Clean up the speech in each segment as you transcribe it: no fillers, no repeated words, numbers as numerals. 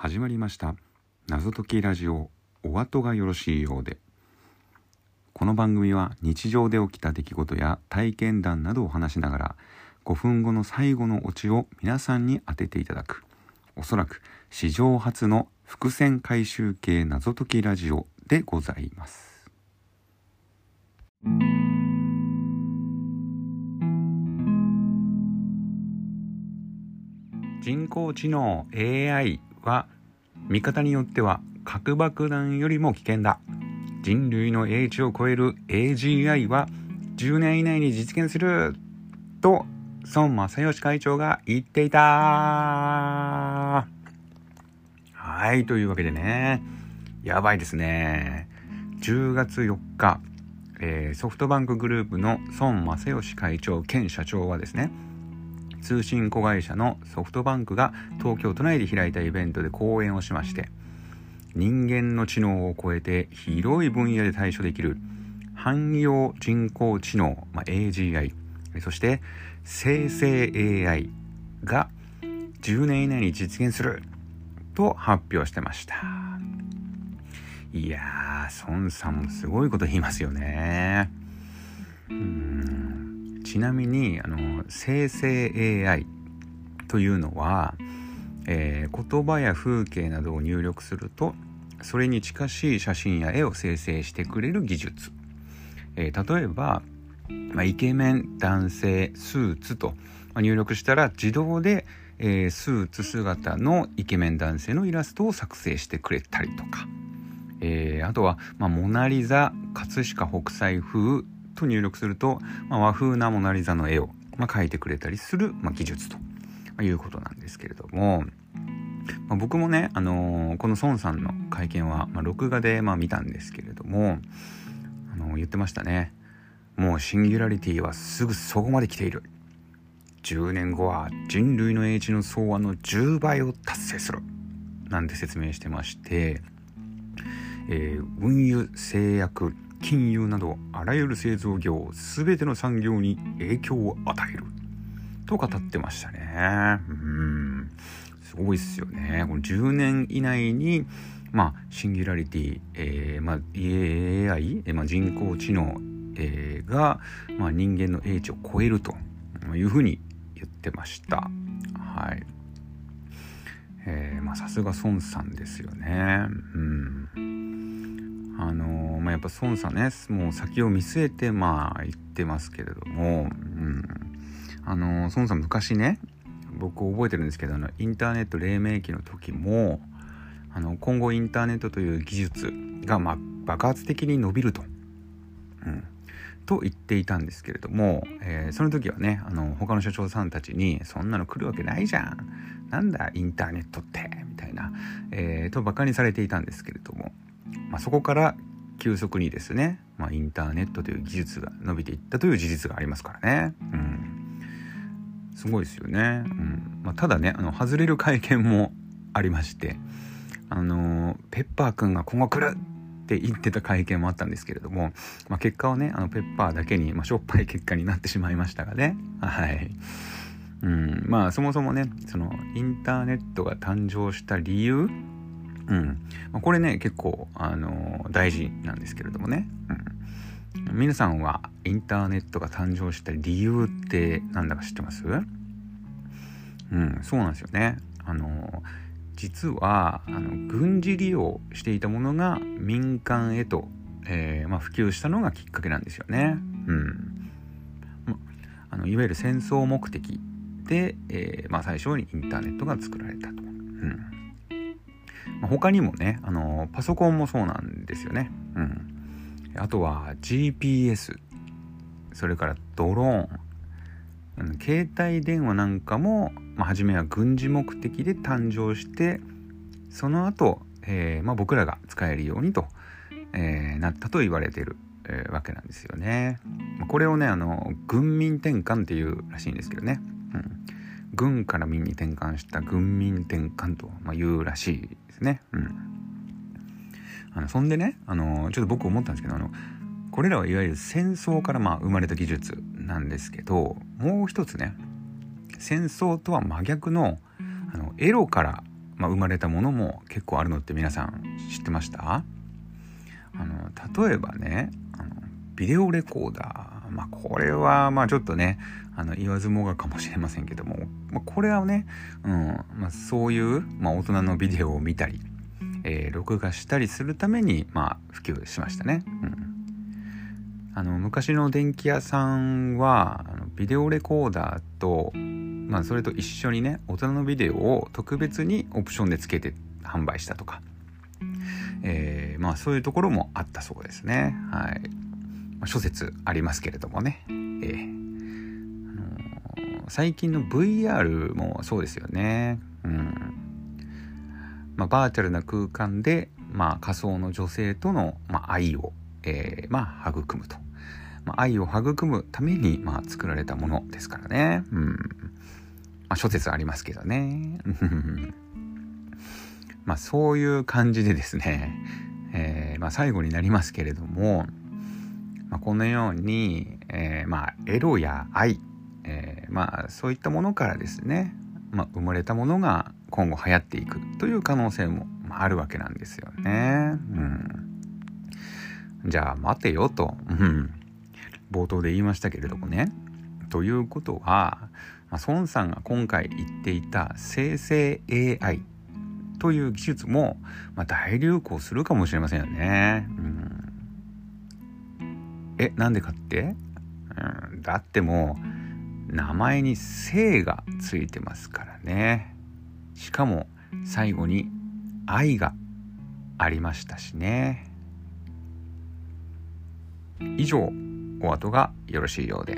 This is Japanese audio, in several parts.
始まりました謎解きラジオ、お後がよろしいようで。この番組は日常で起きた出来事や体験談などを話しながら、5分後の最後のオチを皆さんに当てていただく、おそらく史上初の伏線回収系謎解きラジオでございます。人工知能 AI は見方によっては核爆弾よりも危険だ。人類の英知を超える AGI は10年以内に実現すると孫正義会長が言っていた。はい、というわけでね、やばいですね。10月4日、ソフトバンクグループの孫正義会長兼社長はですね、通信子会社のソフトバンクが東京都内で開いたイベントで講演をしまして、人間の知能を超えて広い分野で対処できる汎用人工知能、AGI、そして生成 AI が10年以内に実現すると発表してました。いやー、孫さんもすごいこと言いますよね。ちなみに生成 AI というのは、言葉や風景などを入力するとそれに近しい写真や絵を生成してくれる技術。例えば、イケメン男性スーツと入力したら自動で、スーツ姿のイケメン男性のイラストを作成してくれたりとか、あとは、モナリザ葛飾北斎風と入力すると、和風なモナリザの絵を、描いてくれたりする、技術ということなんですけれども、僕もね、この孫さんの会見は、録画で見たんですけれども、言ってましたね。もうシンギュラリティはすぐそこまで来ている。10年後は人類の英知の総和の10倍を達成するなんて説明してまして、運輸、製薬、金融などあらゆる製造業すべての産業に影響を与えると語ってましたね。すごいっすよね。この10年以内にシンギュラリティ、AI、人工知能、が、人間の英知を超えるというふうに言ってました。はい。さすが孫さんですよね。やっぱ孫さんね、もう先を見据えて言ってますけれども、孫さん昔ね、僕覚えてるんですけど、インターネット黎明期の時も今後インターネットという技術が爆発的に伸びると、と言っていたんですけれども、その時はね、他の社長さんたちにそんなの来るわけないじゃん、なんだインターネットってみたいな、とバカにされていたんですけれども、そこから急速にですね、インターネットという技術が伸びていったという事実がありますからね。すごいですよね。ただね、外れる会見もありまして、ペッパーくんが今後来るって言ってた会見もあったんですけれども、結果はね、ペッパーだけに、しょっぱい結果になってしまいましたがね。はい。そもそもね、そのインターネットが誕生した理由、これね結構大事なんですけれどもね、皆さんはインターネットが誕生した理由って何だか知ってます？そうなんですよね。実は軍事利用していたものが民間へと、普及したのがきっかけなんですよね。いわゆる戦争目的で、最初にインターネットが作られたと。他にもね、パソコンもそうなんですよね。あとは GPS、 それからドローン、携帯電話なんかも、初めは軍事目的で誕生して、その後、僕らが使えるようにと、なったと言われている、わけなんですよね。これをね、軍民転換っていうらしいんですけどね。軍から民に転換した軍民転換というらしいですね。そんでね、ちょっと僕思ったんですけど、これらはいわゆる戦争から生まれた技術なんですけど、もう一つね、戦争とは真逆のエロから生まれたものも結構あるのって皆さん知ってました？例えばね、ビデオレコーダー、これはちょっとね言わずもがかもしれませんけども、これはね、そういう、大人のビデオを見たり、録画したりするために普及しましたね。昔の電気屋さんはビデオレコーダーと、それと一緒にね大人のビデオを特別にオプションでつけて販売したとか、そういうところもあったそうですね。はい。諸説ありますけれどもね、最近の VR もそうですよね。バーチャルな空間で、仮想の女性との、愛を、育むと、愛を育むために、作られたものですからね。諸説ありますけどね。そういう感じでですね、最後になりますけれども、このように、エロや愛、そういったものからですね、生まれたものが今後流行っていくという可能性もあるわけなんですよね。じゃあ待てよと、冒頭で言いましたけれどもね。ということは、孫さんが今回言っていた生成 AI という技術も、大流行するかもしれませんよね。なんでかって、だってもう名前に性がついてますからね。しかも最後に愛がありましたしね。以上、お後がよろしいようで。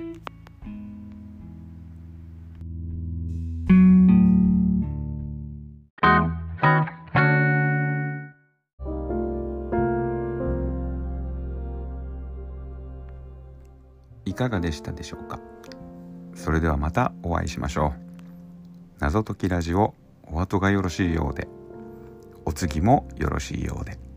いかがでしたでしょうか。それではまたお会いしましょう。謎解きラジオ、お後がよろしいようで、お次もよろしいようで。